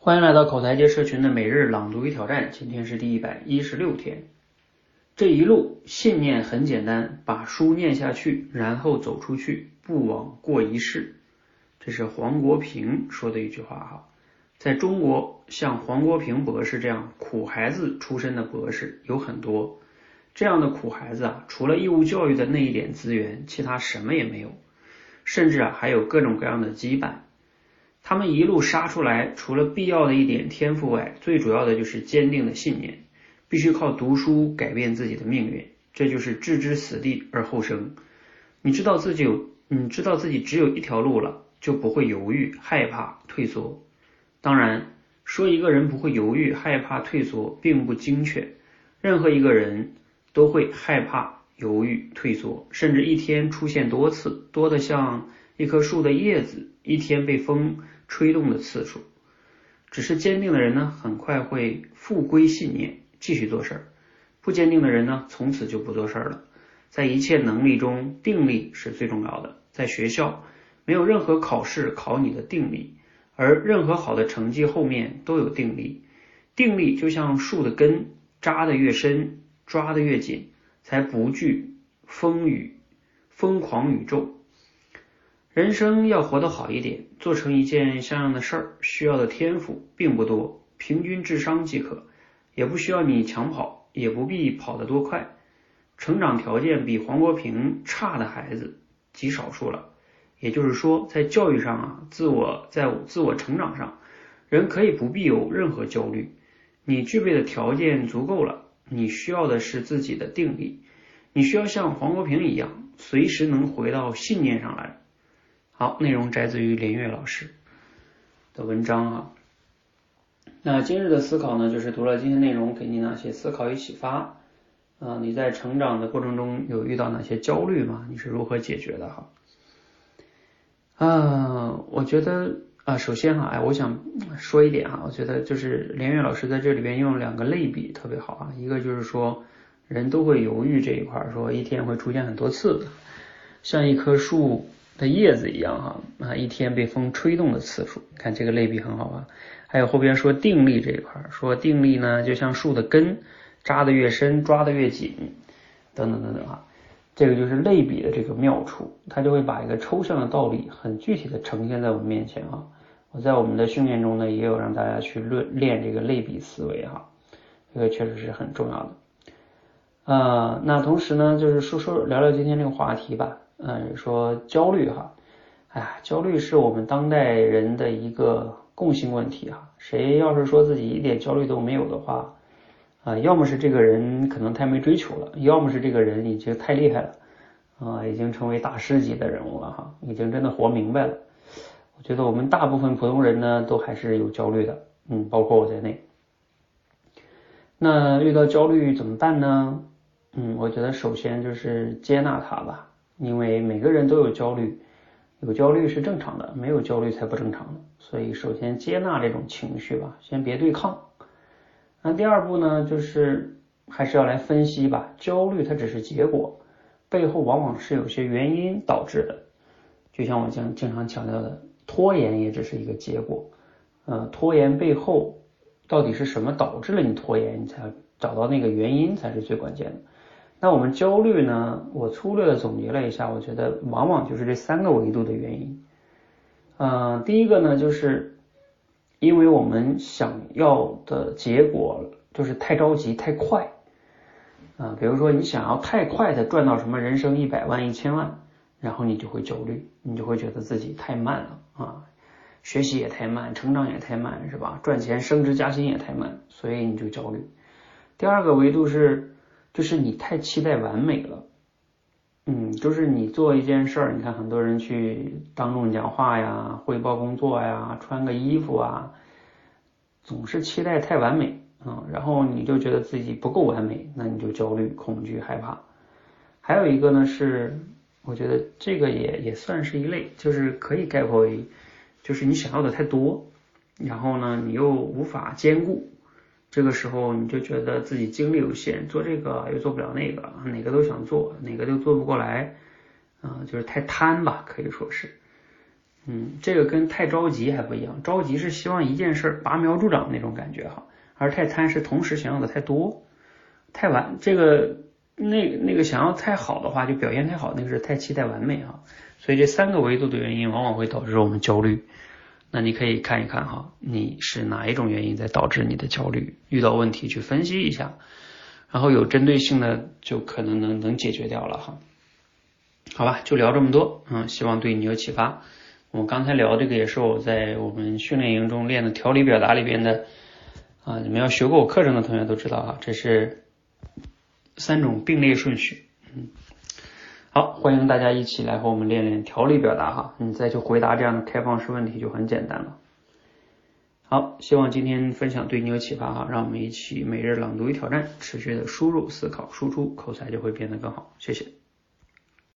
欢迎来到口才界社群的每日朗读与挑战，今天是第116天。这一路信念很简单，把书念下去，然后走出去，不枉过一世。这是黄国平说的一句话哈。在中国，像黄国平博士这样苦孩子出身的博士有很多。这样的苦孩子除了义务教育的那一点资源，其他什么也没有，甚至还有各种各样的羁绊。他们一路杀出来，除了必要的一点天赋外，最主要的就是坚定的信念，必须靠读书改变自己的命运，这就是置之死地而后生。你知道自己只有一条路了，就不会犹豫、害怕、退缩。当然，说一个人不会犹豫、害怕、退缩并不精确，任何一个人都会害怕、犹豫、退缩，甚至一天出现多次，多得像一棵树的叶子一天被风吹动的次数。只是坚定的人呢，很快会复归信念，继续做事儿。不坚定的人呢，从此就不做事儿了。在一切能力中，定力是最重要的。在学校，没有任何考试考你的定力，而任何好的成绩后面都有定力。定力就像树的根，扎得越深，抓得越紧，才不惧疯狂宇宙。人生要活得好一点，做成一件像样的事儿，需要的天赋并不多，平均智商即可，也不需要你强跑，也不必跑得多快。成长条件比黄国平差的孩子极少数了，也就是说，在教育上在自我成长上，人可以不必有任何焦虑。你具备的条件足够了，你需要的是自己的定力，你需要像黄国平一样，随时能回到信念上来。好，内容摘自于连岳老师的文章那今日的思考呢，就是读了今天内容给你哪些思考与启发你在成长的过程中有遇到哪些焦虑吗？你是如何解决的我觉得首先我想说一点我觉得就是连岳老师在这里边用2个类比特别好一个就是说人都会犹豫这一块，说一天会出现很多次，像一棵树的叶子一样一天被风吹动的次数，看这个类比很好还有后边说定力这一块，说定力呢就像树的根，扎得越深，抓得越紧，等等等等这个就是类比的这个妙处，它就会把一个抽象的道理很具体的呈现在我们面前我在我们的训练中呢，也有让大家去练这个类比思维这个确实是很重要的。那同时呢，就是聊聊今天这个话题吧。说焦虑焦虑是我们当代人的一个共性问题谁要是说自己一点焦虑都没有的话要么是这个人可能太没追求了，要么是这个人已经太厉害了已经成为大师级的人物了已经真的活明白了。我觉得我们大部分普通人呢，都还是有焦虑的，包括我在内。那遇到焦虑怎么办呢？我觉得首先就是接纳它吧，因为每个人都有焦虑，有焦虑是正常的，没有焦虑才不正常的。所以首先接纳这种情绪吧，先别对抗。那第二步呢，就是还是要来分析吧，焦虑它只是结果，背后往往是有些原因导致的。就像我经常强调的，拖延也只是一个结果，拖延背后到底是什么导致了你拖延，你才要找到那个原因才是最关键的。那我们焦虑呢，我粗略的总结了一下，我觉得往往就是这3个维度的原因。第一个呢，就是因为我们想要的结果就是太着急太快比如说你想要太快的赚到什么人生100万1000万，然后你就会焦虑，你就会觉得自己太慢了学习也太慢，成长也太慢，是吧？赚钱升职加薪也太慢，所以你就焦虑。第二个维度就是你太期待完美了，就是你做一件事儿，你看很多人去当众讲话呀，汇报工作呀，穿个衣服总是期待太完美然后你就觉得自己不够完美，那你就焦虑、恐惧、害怕。还有一个呢是，我觉得这个也算是一类，就是可以概括为，就是你想要的太多，然后呢你又无法兼顾，这个时候你就觉得自己精力有限，做这个又做不了那个，哪个都想做，哪个都做不过来就是太贪吧，可以说是。 这个跟太着急还不一样，着急是希望一件事拔苗助长那种感觉哈，而太贪是同时想要的太多，太完这个那个想要太好的话就表现太好，那个是太期待完美哈，所以这3个维度的原因往往会导致我们焦虑。那你可以看一看哈，你是哪一种原因在导致你的焦虑，遇到问题去分析一下，然后有针对性的就可能能解决掉了哈。好吧，就聊这么多，希望对你有启发。我们刚才聊这个也是我在我们训练营中练的条理表达里边的你们要学过我课程的同学都知道啊，这是3种并列顺序。好，欢迎大家一起来和我们练练条理表达哈，你再去回答这样的开放式问题就很简单了。好，希望今天分享对你有启发哈，让我们一起每日朗读与挑战，持续的输入、思考、输出，口才就会变得更好。谢谢。